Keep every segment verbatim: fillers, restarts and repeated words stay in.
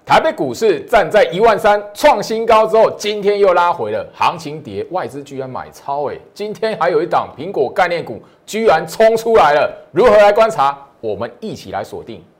台北股市站在一万三创新高之后，今天又拉回了，行情跌，外资居然买超哎！今天还有一档苹果概念股居然冲出来了，如何来观察？我们一起来锁定。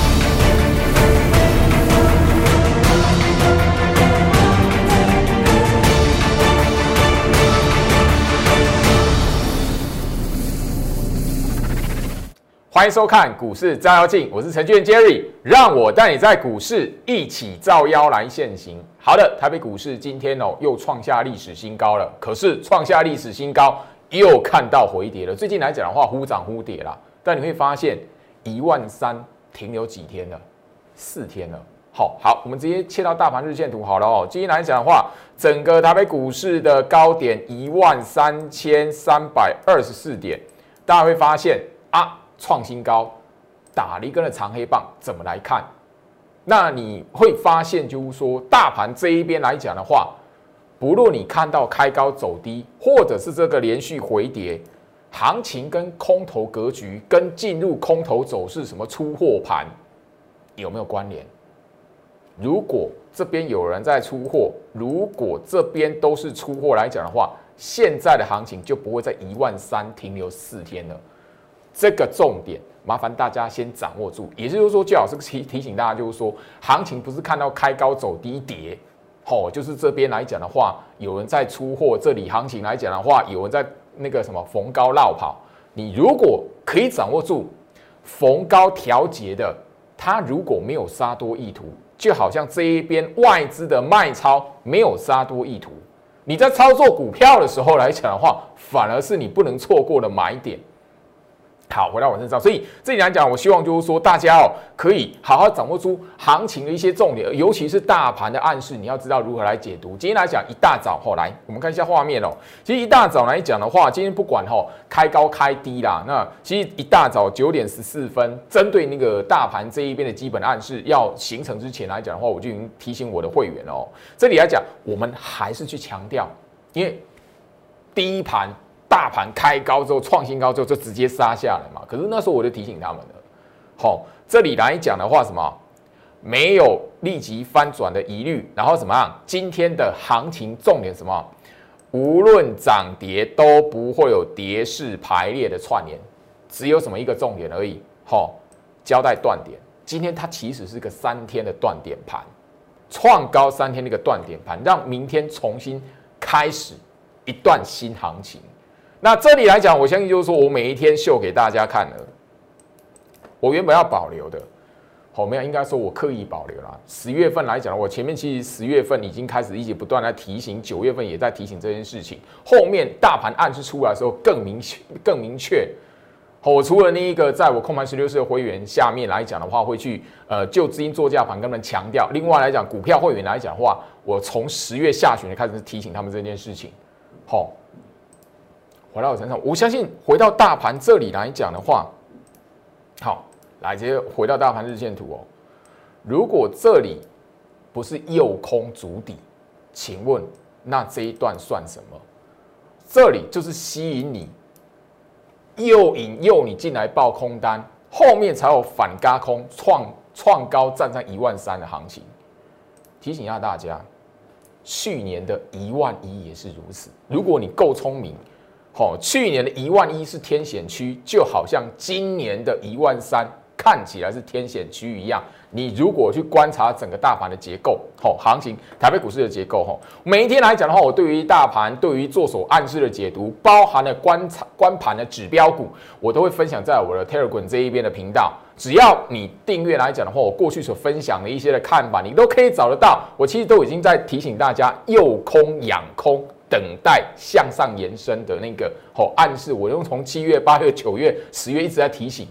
欢迎收看股市照妖镜，我是程序员 Jerry， 让我带你在股市一起照妖来现行。好的，台北股市今天哦又创下历史新高了，可是创下历史新高又看到回跌了。最近来讲的话，忽涨忽跌啦，但你会发现一万三停留几天了？四天了。好，好，我们直接切到大盘日线图好了哦。今天来讲的话，整个台北股市的高点一万三千三百二十四点，大家会发现啊。创新高，打了一根的长黑棒，怎么来看？那你会发现，就是说，大盘这一边来讲的话，不论你看到开高走低，或者是这个连续回跌，行情跟空头格局、跟进入空头走势、什么出货盘有没有关联？如果这边有人在出货，如果这边都是出货来讲的话，现在的行情就不会在一万三停留四天了。这个重点，麻烦大家先掌握住。也就是说，最好是提提醒大家，就是说，行情不是看到开高走低跌，吼、哦，就是这边来讲的话，有人在出货，这里行情来讲的话，有人在那个什么逢高绕跑。你如果可以掌握住逢高调节的，它如果没有杀多意图，就好像这一边外资的卖超没有杀多意图，你在操作股票的时候来讲的话，反而是你不能错过的买点。好，回到我身上，所以这里来讲，我希望就是说，大家哦可以好好掌握出行情的一些重点，尤其是大盘的暗示，你要知道如何来解读。今天来讲，一大早后、哦、来，我们看一下画面哦。其实一大早来讲的话，今天不管哦开高开低啦，那其实一大早九点十四分，针对那个大盘这一边的基本暗示要形成之前来讲的话，我就已经提醒我的会员哦。这里来讲，我们还是去强调，因为第一盘。大盘开高之后创新高之后就直接杀下来嘛，可是那时候我就提醒他们了，好、哦，这里来讲的话，什么没有立即翻转的疑虑，然后怎么样？今天的行情重点什么？无论涨跌都不会有跌势排列的串联，只有什么一个重点而已，好、哦，交代断点。今天它其实是个三天的断点盘，创高三天的一个断点盘，让明天重新开始一段新行情。那这里来讲，我相信就是说我每一天秀给大家看了，我原本要保留的，好、哦、没有，应该说我刻意保留啦。十月份来讲，我前面其实十月份已经开始一直不断来提醒，九月份也在提醒这件事情。后面大盘暗示出来的时候更明确，更明确。好、哦，我除了那一个在我控盘十六式的会员下面来讲的话，会去呃就资金作价盘跟他们强调。另外来讲，股票会员来讲的话，我从十月下旬就开始提醒他们这件事情。好、哦。回到我身上，我相信回到大盘这里来讲的话，好，来直接回到大盘日线图哦。如果这里不是诱空筑底，请问那这一段算什么？这里就是吸引你，诱引诱你进来报空单，后面才有反轧空创创高站上一万三的行情。提醒一下大家，去年的一万一也是如此。如果你够聪明。好、哦，去年的一万一是天险区，就好像今年的一万三看起来是天险区一样。你如果去观察整个大盘的结构，好、哦，行情台北股市的结构，哈、哦，每一天来讲的话，我对于大盘、对于做手暗示的解读，包含了观察观盘的指标股，我都会分享在我的 Telegram 这一边的频道。只要你订阅来讲的话，我过去所分享的一些的看法，你都可以找得到。我其实都已经在提醒大家，诱空养空。等待向上延伸的那个好、哦、暗示，我用从七月、八月、九月、十月一直在提醒，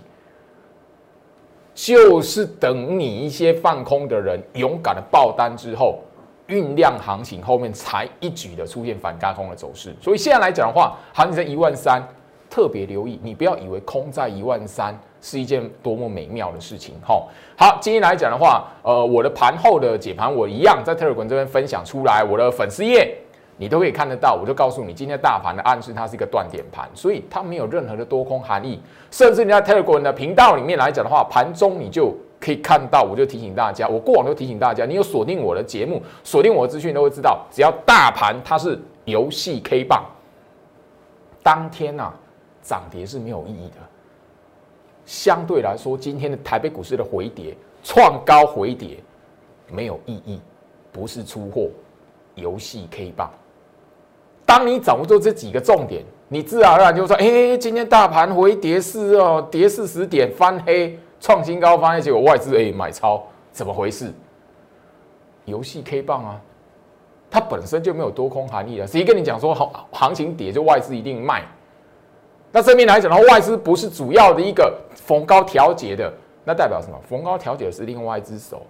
就是等你一些放空的人勇敢的爆单之后，酝酿行情后面才一举的出现反轧空的走势。所以现在来讲的话，行情在一万三，特别留意，你不要以为空在一万三是一件多么美妙的事情。好，好，今天来讲的话，呃，我的盘后的解盘我一样在 Telegram 这边分享出来，我的粉丝页。你都可以看得到，我就告诉你，今天大盘的暗示它是一个断点盘，所以它没有任何的多空含义。甚至你在 Telegram 的频道里面来讲的话，盘中你就可以看到，我就提醒大家，我过往都提醒大家，你有锁定我的节目，锁定我的资讯，都会知道，只要大盘它是游戏 K 棒，当天啊涨跌是没有意义的。相对来说，今天的台北股市的回跌，创高回跌没有意义，不是出货，游戏 K 棒。当你掌握住这几个重点，你自然而然就说，哎、欸，今天大盘回跌是哦，跌四十点翻黑。创新高翻黑，结果外资哎、欸、买超，怎么回事？游戏 K 棒啊，它本身就没有多空含义了。谁跟你讲说行行情跌就外资一定卖？那这边来讲的话，外资不是主要的一个逢高调节的，那代表什么？逢高调节的是另外一只手。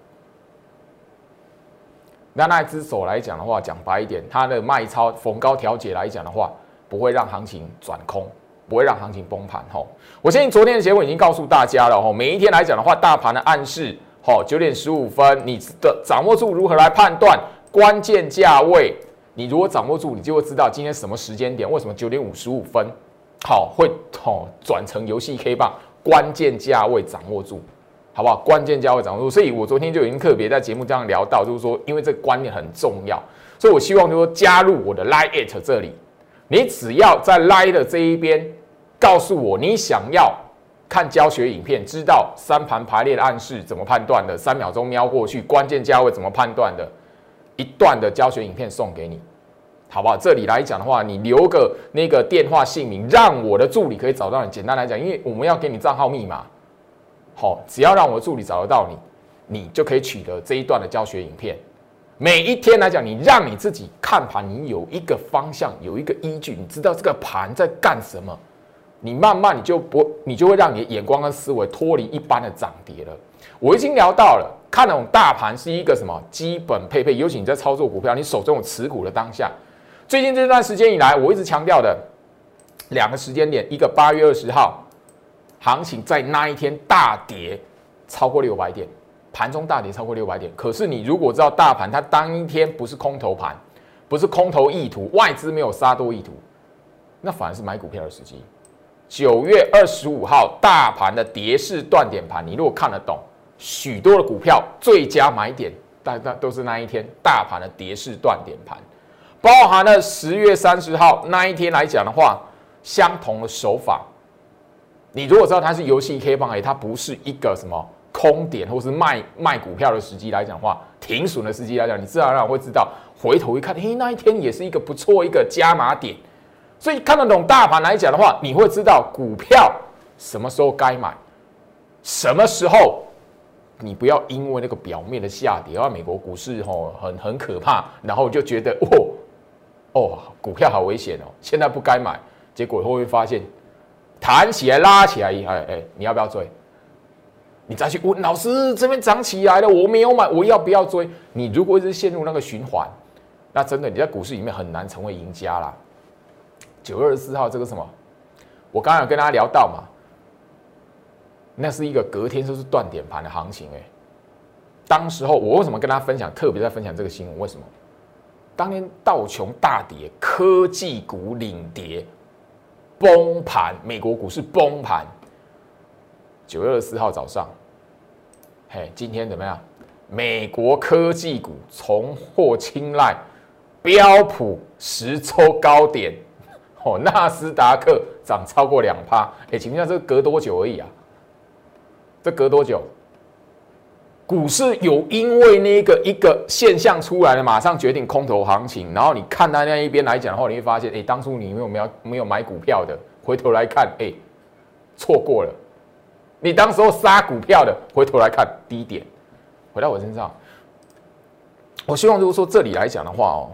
那那一只手来讲的话，讲白一点，它的卖超逢高调节来讲的话，不会让行情转空。不会让行情崩盘吼。我相信昨天的节目已经告诉大家了吼，每一天来讲的话，大盘的暗示吼，九点十五分，你的掌握住如何来判断关键价位，你如果掌握住，你就会知道今天什么时间点，为什么九点五十五分好会好转成游戏 K 棒，关键价位掌握住，好不好？关键价位掌握住，所以我昨天就已经特别在节目这样聊到，就是说，因为这个观念很重要，所以我希望就是说加入我的 Line at 这里，你只要在 Line 的这一边。告诉我你想要看教学影片，知道三盘排列的暗示怎么判断的，三秒钟瞄过去，关键价位怎么判断的，一段的教学影片送给你，好不好？这里来讲的话，你留个那个电话姓名，让我的助理可以找到你。简单来讲，因为我们要给你账号密码，好，只要让我的助理找得到你，你就可以取得这一段的教学影片。每一天来讲，你让你自己看盘，你有一个方向，有一个依据，你知道这个盘在干什么。你慢慢你就不，你就会让你的眼光跟思维脱离一般的涨跌了。我已经聊到了，看那种大盘是一个什么基本配备，尤其你在操作股票，你手中有持股的当下，最近这段时间以来，我一直强调的两个时间点，一个八月二十号，行情在那一天大跌超过六百点，盘中大跌超过六百点。可是你如果知道大盘它当一天不是空头盘，不是空头意图，外资没有杀多意图，那反而是买股票的时机。九月二十五号大盘的跌势断点盘，你如果看得懂，许多的股票最佳买点，大概都是那一天大盘的跌势断点盘，包含了十月三十号那一天来讲的话，相同的手法。你如果知道它是游戏 K 棒，哎，它不是一个什么空点或是卖卖股票的时机来讲的话，停损的时机来讲，你自然而然会知道，回头一看，嘿，那一天也是一个不错一个加码点。所以看得懂大盘来讲的话，你会知道股票什么时候该买，什么时候你不要因为那个表面的下跌，因为美国股市吼很很可怕，然后就觉得哦哦股票好危险哦，现在不该买，结果会不会发现弹起来拉起来，哎哎，你要不要追？你再去问老师，这边涨起来了，我没有买，我要不要追？你如果一直陷入那个循环，那真的你在股市里面很难成为赢家啦。九月二十四号这个什么，我刚刚有跟大家聊到嘛，那是一个隔天就是断点盘的行情哎、欸。当时候我为什么跟大家分享，特别在分享这个新闻？为什么？当天道琼大跌，科技股领跌，崩盘，美国股市崩盘。九月二十四号早上，嘿，今天怎么样？美国科技股重获青睐，标普十周高点。哦，纳斯达克涨超过两趴，哎，请问一下，这隔多久而已啊？这隔多久？股市有因为那个一个现象出来了，马上决定空头行情，然后你看到那一边来讲的话，你会发现，哎，当初你没有没有没有买股票的，回头来看，哎，错过了。你当时候杀股票的，回头来看低点，回到我身上，我希望如果说这里来讲的话哦。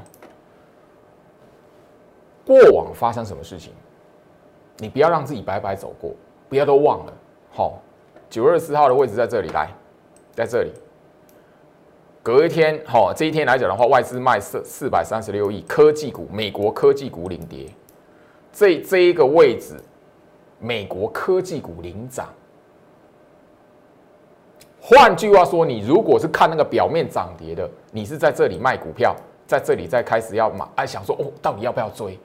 过往发生什么事情，你不要让自己白白走过，不要都忘了。好，九月二十四号的位置在这里，来，在这里。隔一天，好，这一天来讲的话，外资卖四四百三十六亿，科技股，美国科技股领跌。这这一个位置，美国科技股领涨。换句话说，你如果是看那个表面涨跌的，你是在这里卖股票，在这里再开始要买，哎，想说哦，到底要不要追？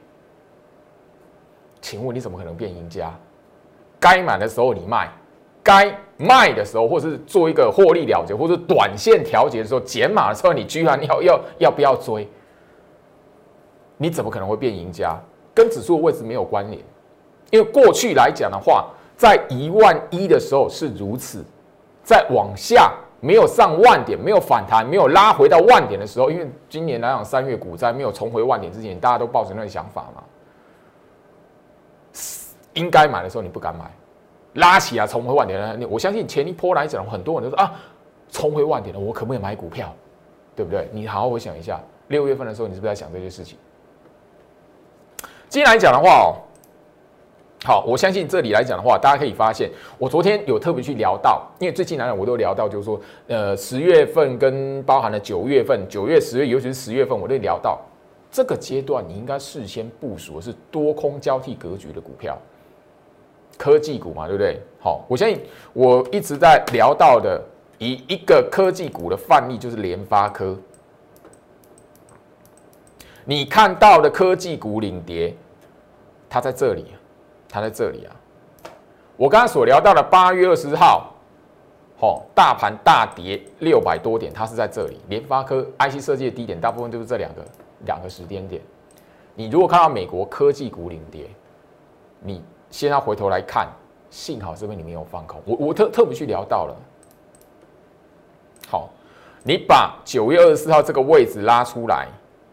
请问你怎么可能变赢家？该买的时候你卖，该卖的时候，或是做一个获利了结，或者短线调节的时候，减码的时候，你居然要要要不要追？你怎么可能会变赢家？跟指数的位置没有关联，因为过去来讲的话，在一万一的时候是如此，在往下没有上万点、没有反弹、没有拉回到万点的时候，因为今年来讲三月股灾没有重回万点之前，大家都抱着那个想法嘛，应该买的时候你不敢买，拉起来重回万点，我相信前一波来讲，很多人都说啊，重回万点了，我可不可以买股票？对不对？你好好回想一下，六月份的时候，你是不是在想这些事情？今天来讲的话哦，好，我相信这里来讲的话，大家可以发现，我昨天有特别去聊到，因为最近来讲我都聊到，就是说，呃，十月份跟包含了九月份、九月、十月，尤其是十月份，我都聊到这个阶段，你应该事先部署的是多空交替格局的股票，科技股嘛，对不对？好，我相信我一直在聊到的，以一个科技股的范例就是联发科。你看到的科技股领跌，它在这里，它在这里啊。我刚刚所聊到的八月二十号，哦，大盘大跌六百多点，它是在这里。联发科 I C 设计的低点，大部分都是这两个两个时间点。你如果看到美国科技股领跌，你现在回头来看，幸好这边你没有放空。我我特特别去聊到了，好，你把九月二十四号这个位置拉出来。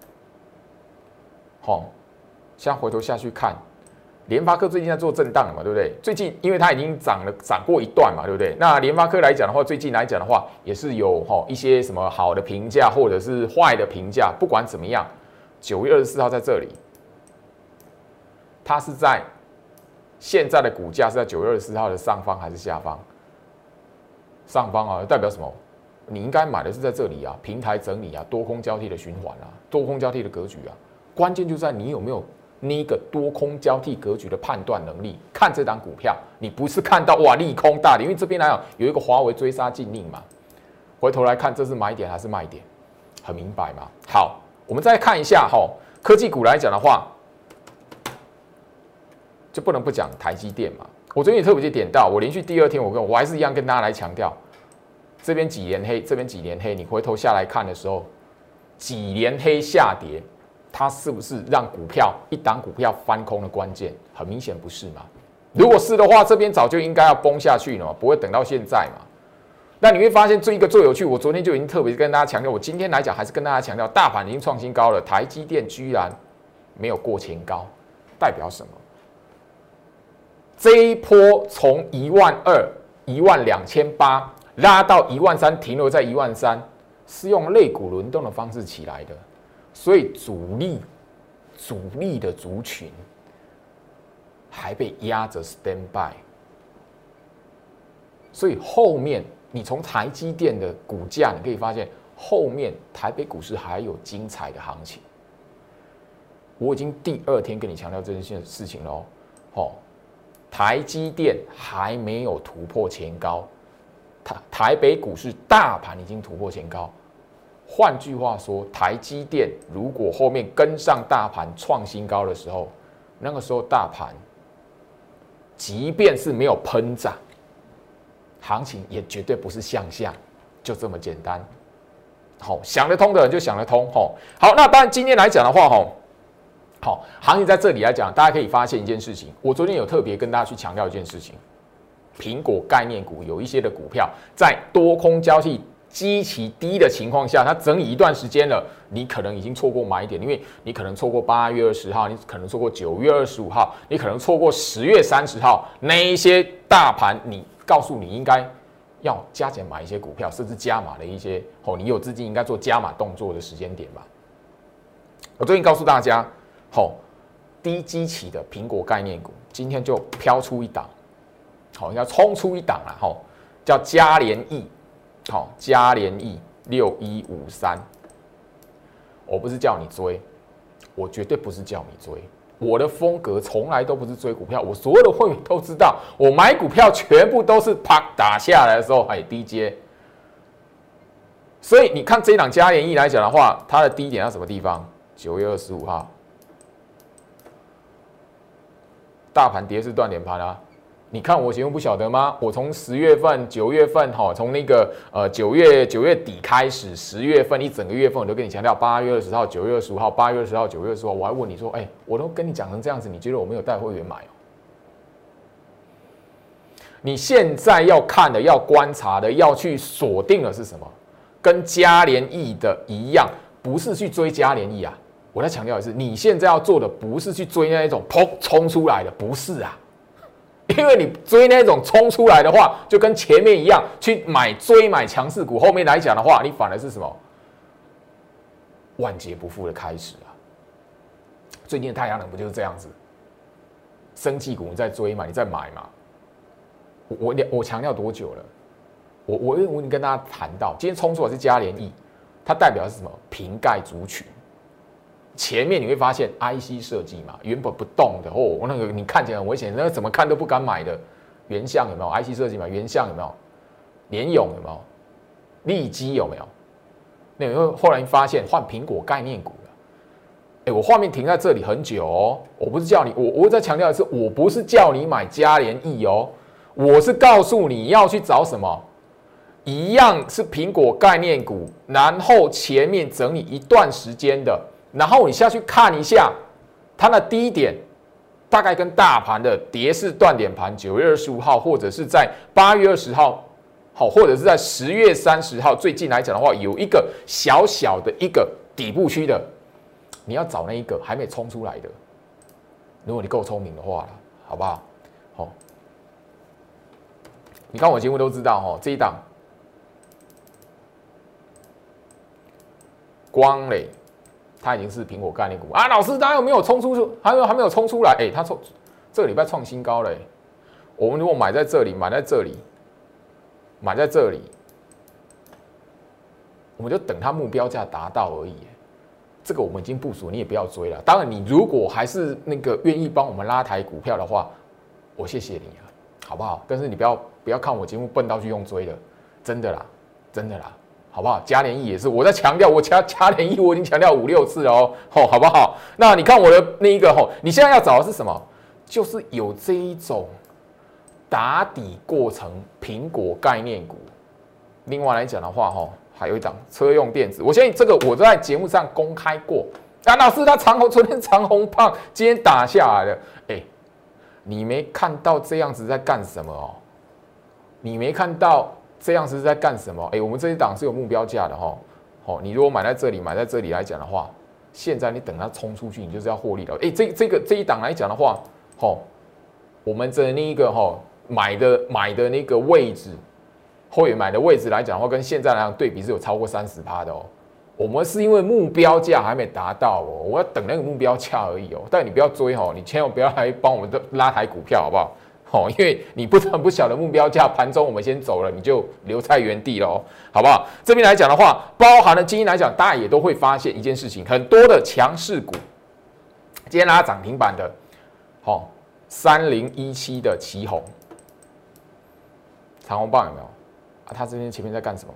好，现在回头下去看，联发科最近在做震荡了嘛，对不对？最近因为它已经涨了涨过一段嘛，对不对？那联发科来讲的话，最近来讲的话，也是有哈一些什么好的评价或者是坏的评价，不管怎么样，九月二十四号在这里，它是在现在的股价是在九月二十四号的上方还是下方？上方啊，代表什么？你应该买的是在这里啊，平台整理啊，多空交替的循环啊，多空交替的格局啊。关键就在你有没有那个多空交替格局的判断能力。看这档股票，你不是看到哇利空大跌，因为这边来讲有一个华为追杀禁令嘛。回头来看，这是买点还是卖点，很明白嘛。好，我们再看一下哈，科技股来讲的话，就不能不讲台积电嘛。我昨天也特别去点到，我连续第二天，我跟我还是一样跟大家来强调，这边几连黑，这边几连黑，你回头下来看的时候，几连黑下跌。它是不是让股票一档股票翻空的关键？很明显不是嘛。如果是的话，这边早就应该要崩下去了嘛，不会等到现在嘛。那你会发现，这一个最有趣，我昨天就已经特别跟大家强调，我今天来讲还是跟大家强调，大盘已经创新高了，台积电居然没有过前高，代表什么？这一波从一万二、一万两千八拉到一万三，停留在一万三，是用类股轮动的方式起来的。所以主力、主力的族群还被压着 stand by， 所以后面你从台积电的股价，你可以发现后面台北股市还有精彩的行情。我已经第二天跟你强调这件事情了哦，台积电还没有突破前高，台台北股市大盘已经突破前高。换句话说，台积电如果后面跟上大盘创新高的时候，那个时候大盘即便是没有喷涨，行情也绝对不是向下，就这么简单。好，想得通的人就想得通。好，好，那当然今天来讲的话，哈，好，行情在这里来讲，大家可以发现一件事情，我昨天有特别跟大家去强调一件事情，苹果概念股有一些的股票在多空交替基期低的情况下，它整理一段时间了，你可能已经错过买点，因为你可能错过八月二十号，你可能错过九月二十五号，你可能错过十月三十号那一些大盘，你告诉你应该要加减买一些股票，甚至加码的一些哦，你有资金应该做加码动作的时间点吧。我最近告诉大家，好，低基期的苹果概念股今天就飘出一档，好，要冲出一档了，哈，叫嘉联益。好，嘉联益六一五三，我不是叫你追，我绝对不是叫你追。我的风格从来都不是追股票，我所有的会员都知道，我买股票全部都是啪打下来的时候，哎，低接。所以你看这一档嘉联益来讲的话，它的低点在什么地方？九月二十五号，大盘跌是断点盘啊， 你看我节目不晓得吗？我从十月份、九月份，哈，从那个呃九月九月底开始，十月份一整个月份，我都跟你强调，八月二十号、九月二十五号、八月二十号、九月二十号，我还问你说，哎、欸，我都跟你讲成这样子，你觉得我没有带会员买哦？你现在要看的、要观察的、要去锁定的是什么？跟嘉联益的一样，不是去追嘉联益啊！我再强调的是，你现在要做的不是去追那一种砰冲出来的，不是啊。因为你追那种冲出来的话，就跟前面一样，去买追买强势股，后面来讲的话，你反而是什么万劫不复的开始啊！最近的太阳能不就是这样子？生技股你在追嘛，你在买嘛？我我我强调多久了？我我我已经跟大家谈到，今天冲出来是嘉联益，它代表的是什么？瓶盖族群。前面你会发现 I C 设计嘛，原本不动的哦，那个你看起来很危险，那个怎么看都不敢买的。原相有没有 I C 设计嘛？原相有没有？联咏有没有？利基有没有？那你会后来发现换苹果概念股了。哎，我画面停在这里很久哦，我不是叫你，我我再强调的是，我不是叫你买嘉联益哦，我是告诉你要去找什么，一样是苹果概念股，然后前面整理一段时间的。然后你下去看一下它的低点，大概跟大盘的跌势断点盘，九月二十五号或者是在八月二十号，好，或者是在十月三十号，最近来讲的话，有一个小小的一个底部区的，你要找那一个还没冲出来的，如果你够聪明的话，好不好？好，你看我节目都知道哈，这一档光磊。它已经是苹果概念股啊，老师，它有没有冲出？还有还没有冲出来？哎、欸，它冲这个礼拜创新高了、欸。我们如果买在这里，买在这里，买在这里，我们就等它目标价达到而已、欸。这个我们已经部署，你也不要追了。当然，你如果还是那个愿意帮我们拉抬股票的话，我谢谢你了，好不好？但是你不要不要看我节目笨到去用追的，真的啦，真的啦。好不好？嘉联益也是，我在强调，我嘉嘉联益我已经强调五六次了哦，吼，好不好？那你看我的那一个吼，你现在要找的是什么？就是有这一种打底过程苹果概念股。另外来讲的话，吼，还有一档车用电子，我相信这个我都在节目上公开过。啊，老师，他长红昨天长红棒，今天打下来了，哎、欸，你没看到这样子在干什么哦？你没看到？这样是在干什么？哎、欸，我们这一档是有目标价的哈。好，你如果买在这里，买在这里来讲的话，现在你等它冲出去，你就是要获利了。哎、欸，这这个这一档来讲的话，好，我们的那一个哈买的买的那个位置，会员买的位置来讲的话，跟现在来讲对比是有超过三十趴的哦。我们是因为目标价还没达到哦，我要等那个目标价而已哦。但你不要追哦，你千万不要来帮我们的拉抬股票，好不好？哦，因为你不但不晓得目标价，盘中我们先走了，你就留在原地了哦，好不好？这边来讲的话，包含了基金来讲，大家也都会发现一件事情，很多的强势股，今天拉涨停板的，好、哦，三零一七的奇鋐，长红棒有没有？啊，它这边前面在干什么？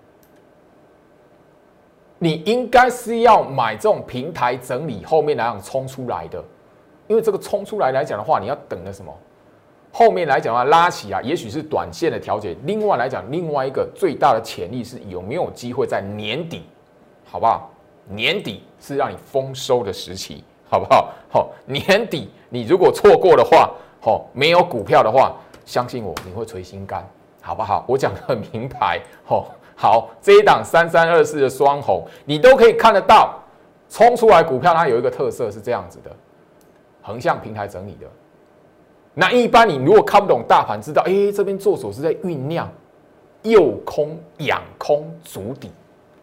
你应该是要买这种平台整理后面来讲冲出来的，因为这个冲出来来讲的话，你要等的什么？后面来讲的话，拉起啊，也许是短线的调节。另外来讲，另外一个最大的潜力是有没有机会在年底，好不好？年底是让你丰收的时期，好不好？好，年底你如果错过的话，好，没有股票的话，相信我，你会捶心肝，好不好？我讲得很明白，好，好，这一档三三二四的双红，你都可以看得到，冲出来股票它有一个特色是这样子的，横向平台整理的。那一般你如果看不懂大盘，知道哎、欸，这边做手是在酝酿诱空、养空、筑底。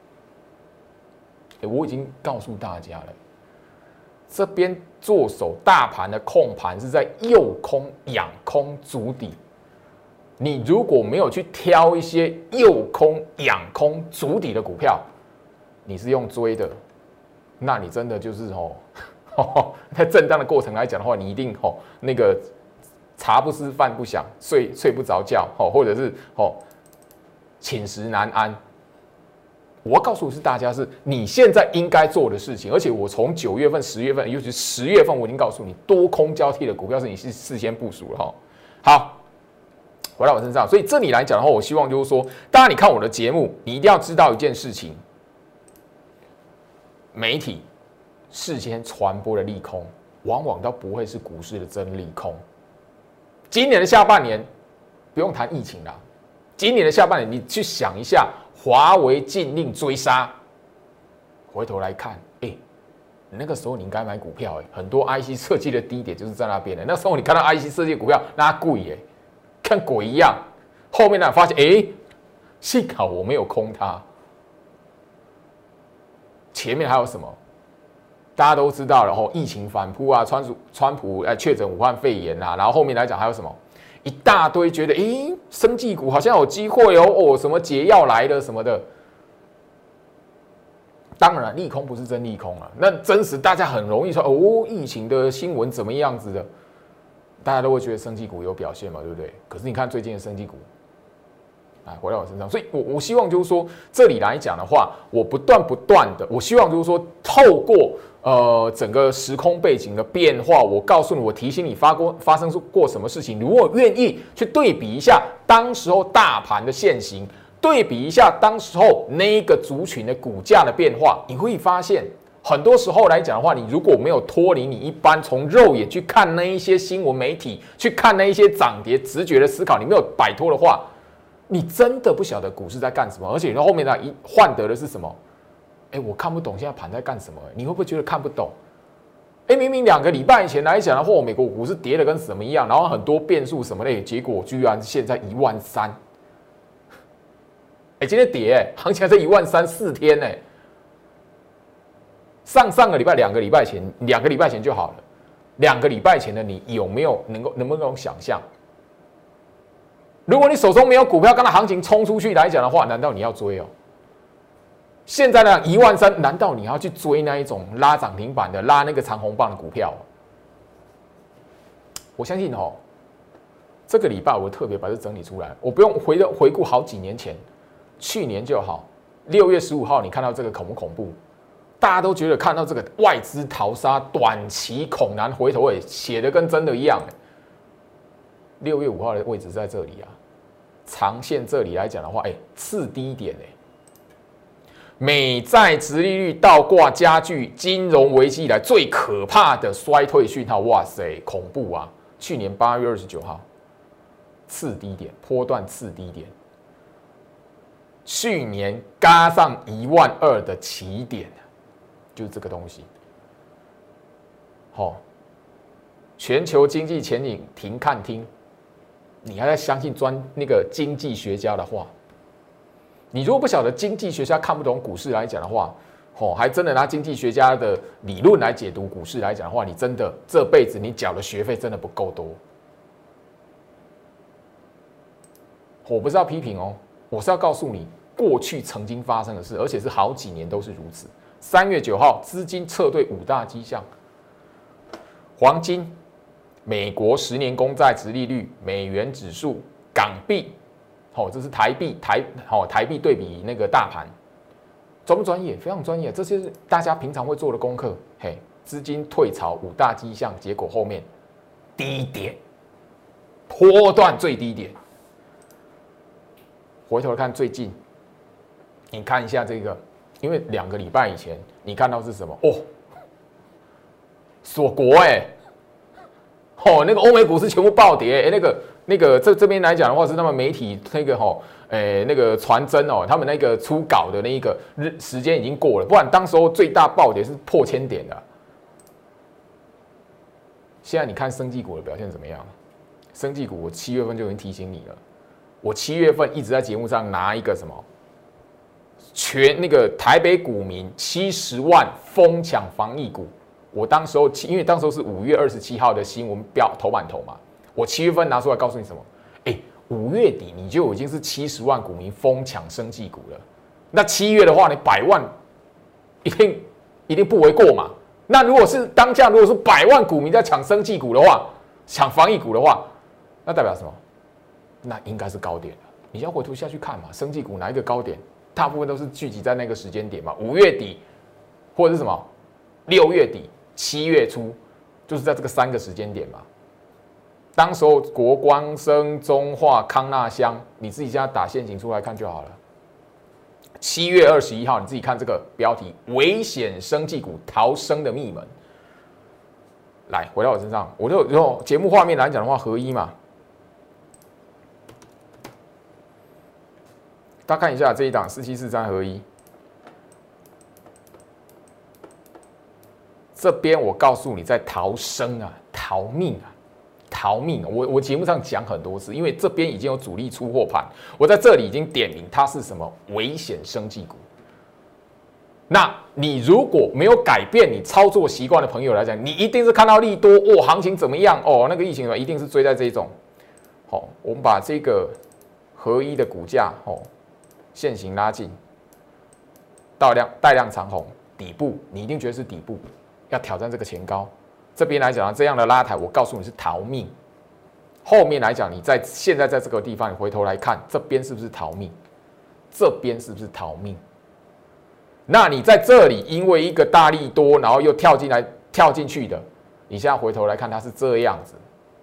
哎、欸，我已经告诉大家了，这边做手大盘的控盘是在诱空、养空、筑底。你如果没有去挑一些诱空、养空、筑底的股票，你是用追的，那你真的就是哦，在震荡的过程来讲的话，你一定哦那个。茶不思饭不想，睡睡不着觉，或者是哦寝食难安。我要告诉的是大家，是你现在应该做的事情。而且我从九月份、十月份，尤其十月份，我已经告诉你，多空交替的股票是你是事先部署了哈。好， 回到我身上。所以这里来讲的话，我希望就是说，大家你看我的节目，你一定要知道一件事情：媒体事先传播的利空，往往都不会是股市的真利空。今年的下半年，不用谈疫情啦，今年的下半年，你去想一下，华为禁令追杀，回头来看，哎、欸，那个时候你应该买股票、欸，很多 I C 设计的低点就是在那边的、欸。那时候你看到 I C 设计的股票那贵耶，跟鬼一样。后面呢发现，哎、欸，幸好我没有空它。前面还有什么？大家都知道了，吼，疫情反扑啊，川普川普哎确诊武汉肺炎啊，然后后面来讲还有什么？一大堆觉得，哎，生技股好像有机会哦，哦，什么解药来了什么的。当然，利空不是真利空啊，那真实大家很容易说，哦，疫情的新闻怎么样子的，大家都会觉得生技股有表现嘛，对不对？可是你看最近的生技股。回到我身上，所以我我希望就是说，这里来讲的话，我不断不断的，我希望就是说，透过呃整个时空背景的变化，我告诉你，我提醒你发过发生过什么事情，如果愿意去对比一下当时候大盘的现形，对比一下当时候那个族群的股价的变化，你会发现，很多时候来讲的话，你如果没有脱离你一般从肉眼去看那一些新闻媒体，去看那一些涨跌直觉的思考，你没有摆脱的话。你真的不晓得股市在干什么，而且你后面呢一换得的是什么？哎、欸，我看不懂现在盘在干什么、欸，你会不会觉得看不懂？哎、欸，明明两个礼拜以前来讲的话，美国股市跌的跟什么一样，然后很多变数什么的，结果居然现在一万三。哎，今天跌、欸，行情还在一万三四天呢、欸。上上个礼拜两个礼拜前，两个礼拜前就好了。两个礼拜前的你有没有能够能不能想象？如果你手中没有股票，刚才行情冲出去来讲的话，难道你要追哦？现在呢，一万三，难道你要去追那一种拉涨停板的、拉那个长红棒的股票？我相信哦，这个礼拜我特别把这整理出来，我不用回回顾好几年前，去年就好。六月十五号，你看到这个恐不恐怖？大家都觉得看到这个外资逃杀，短期恐难回头，哎，写的跟真的一样。六月五号的位置在这里啊。长线这里来讲的话，哎、欸，次低点哎、欸，美债殖利率倒挂加剧金融危机以来最可怕的衰退讯号，哇塞，恐怖啊！去年八月二十九号，次低点，波段次低点，去年嘎上一万二的起点，就是这个东西。好、哦，全球经济前景停看听。你还在相信专那个经济学家的话？你如果不晓得经济学家看不懂股市来讲的话，哦，还真的拿经济学家的理论来解读股市来讲的话，你真的这辈子你缴的学费真的不够多。我不是要批评哦，我是要告诉你过去曾经发生的事，而且是好几年都是如此。三月九号，资金撤退五大迹象，黄金。美国十年公债殖利率、美元指数、港币，哦，这是台币台哦台币对比那个大盘，专不专业？非常专业，这些是大家平常会做的功课。嘿，资金退潮五大迹象，结果后面低点，波段最低点。回头看最近，你看一下这个，因为两个礼拜以前你看到是什么？哦，锁国哎、欸。哦，那个欧美股市全部暴跌，哎，那个那个这这边来讲的话，是他们媒体那个吼，哎，那个传真哦，他们那个初稿的那一个日时间已经过了，不然当时候最大暴跌是破千点的。现在你看生技股的表现怎么样？生技股我七月份就已经提醒你了，我七月份一直在节目上拿一个什么全那个台北股民七十万疯抢防疫股。我当时候，因为当时候是五月二十七号的新闻标头版头嘛，我七月份拿出来告诉你什么？哎，五月底你就已经是七十万股民疯抢生技股了。那七月的话，你百万一定一定不为过嘛。那如果是当下，如果是百万股民在抢生技股的话，抢防疫股的话，那代表什么？那应该是高点了。你要回头下去看嘛，生技股哪一个高点？大部分都是聚集在那个时间点嘛，五月底或者是什么六月底。七月初，就是在这个三个时间点嘛。 当时候国光生、中化、康纳香，你自己现在打现行出来看就好了。七月二十一号，你自己看这个标题：危险生技股逃生的密门。来，回到我身上，我就用节目画面来讲的话，合一嘛。大家看一下这一档四七四三合一，这边我告诉你在逃生啊，逃命啊，逃命、啊！我我节目上讲很多次，因为这边已经有主力出货盘，我在这里已经点名它是什么危险生技股。那你如果没有改变你操作习惯的朋友来讲，你一定是看到利多哦，行情怎么样哦，那个疫情一定是追在这一种。好、哦，我们把这个合一的股价哦。线型拉近，到量带量长红底部，你一定觉得是底部，要挑战这个前高。这边来讲，这样的拉抬，我告诉你是逃命。后面来讲，你在现在在这个地方，你回头来看，这边是不是逃命？这边是不是逃命？那你在这里，因为一个大利多，然后又跳进来跳进去的，你现在回头来看，它是这样子。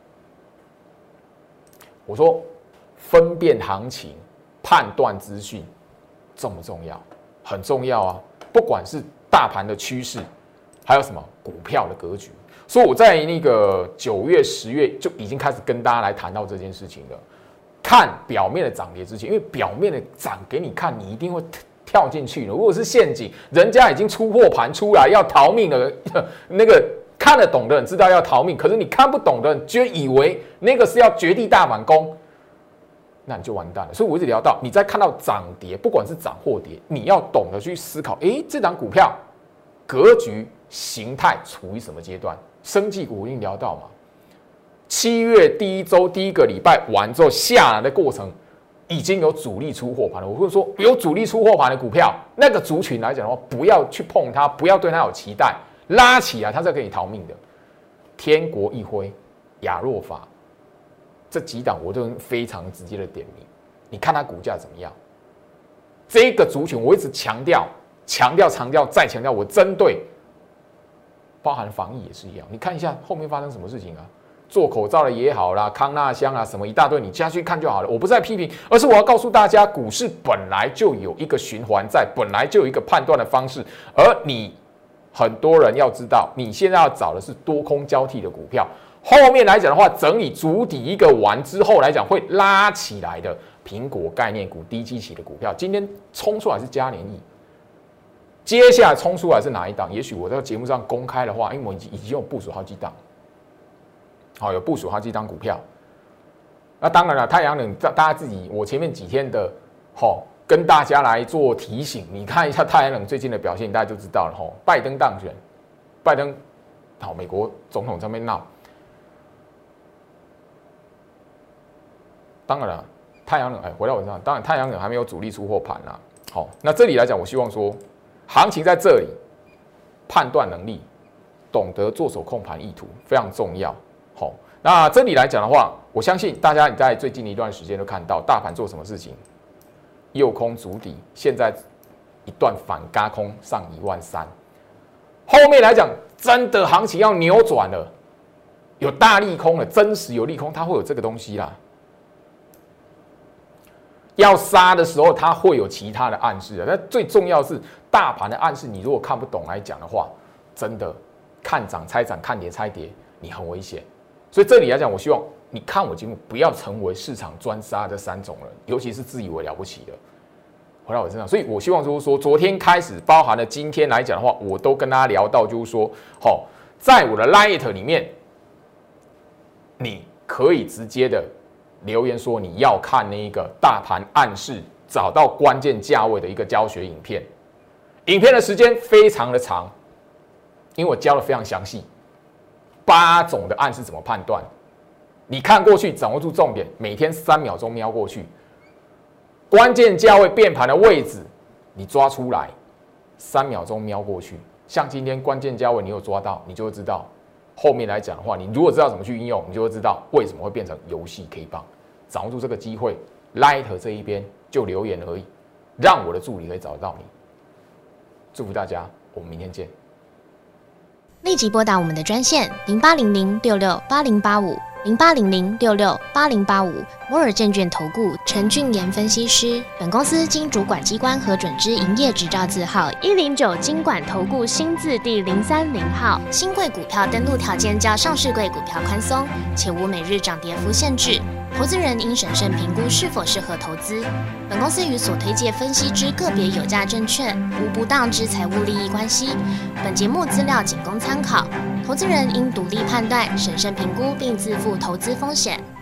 我说，分辨行情。判断资讯重不重要？很重要啊！不管是大盘的趋势，还有什么股票的格局。所以我在那个九月、十月就已经开始跟大家来谈到这件事情了。看表面的涨跌之前，因为表面的涨给你看，你一定会跳进去的。如果是陷阱，人家已经出货盘出来要逃命了，那个看得懂的人知道要逃命，可是你看不懂的人就以为那个是要绝地大反攻。那你就完蛋了。所以我一直聊到，你在看到涨跌，不管是涨或跌，你要懂得去思考，诶，这档股票格局形态处于什么阶段？生技股我已经聊到嘛，七月第一周第一个礼拜完之后下来的过程，已经有主力出货盘了。我会说，有主力出货盘的股票，那个族群来讲的话，不要去碰它，不要对它有期待，拉起来它是可以逃命的。天国一辉、亚若法。这几档我都非常直接的点名，你看它股价怎么样？这个族群我一直强调、强调、强调再强调，我针对包含防疫也是一样。你看一下后面发生什么事情啊？做口罩的也好啦，康纳香啊什么一大堆，你加去看就好了。我不是在批评，而是我要告诉大家，股市本来就有一个循环在，本来就有一个判断的方式，而你很多人要知道，你现在要找的是多空交替的股票。后面来讲的话，整理主底一个完之后来讲，会拉起来的苹果概念股、低基期的股票，今天冲出来是嘉联益，接下来冲出来是哪一档？也许我在节目上公开的话，因为我已经已经有部署好几档，好有部署好几档股票。那当然了，太阳能大家自己，我前面几天的好跟大家来做提醒，你看一下太阳能最近的表现，大家就知道了哈。拜登当选，拜登好美国总统这边闹。当然了，太阳能哎，回到我身上，当然太阳能还没有主力出货盘啦。好，那这里来讲，我希望说，行情在这里，判断能力，懂得做手控盘意图非常重要。好，那这里来讲的话，我相信大家你在最近的一段时间都看到大盘做什么事情，右空足底，现在一段反轧空上一万三，后面来讲真的行情要扭转了，有大利空了，真实有利空，它会有这个东西啦。要杀的时候，它会有其他的暗示的。但最重要的是大盘的暗示，你如果看不懂来讲的话，真的看涨猜涨，看跌猜跌，你很危险。所以这里来讲，我希望你看我节目，不要成为市场专杀这三种人，尤其是自以为了不起的。回到我身上，所以我希望就是说，昨天开始，包含了今天来讲的话，我都跟大家聊到，就是说，好，在我的 Light 里面，你可以直接的。留言说你要看那个大盘暗示，找到关键价位的一个教学影片，影片的时间非常的长，因为我教的非常详细，八种的暗示怎么判断，你看过去掌握住重点，每天三秒钟瞄过去，关键价位变盘的位置你抓出来，三秒钟瞄过去，像今天关键价位你有抓到，你就会知道。后面来讲的话，你如果知道怎么去应用，你就会知道为什么会变成游戏 K 棒。掌握住这个机会 ，Light 这一边就留言而已，让我的助理可以找得到你。祝福大家，我们明天见。 立即拨打我们的专线零八零零六六八零八五零八零零六六八零八五。摩尔证券投顾陈俊言分析师。本公司经主管机关核准之营业执照字号一零九金管投顾新字第零三零号。新贵股票登录条件较上市贵股票宽松，且无每日涨跌幅限制。投资人应审慎评估是否适合投资。本公司与所推介分析之个别有价证券无不当之财务利益关系。本节目资料仅供参考，投资人应独立判断、审慎评估并自负投资风险。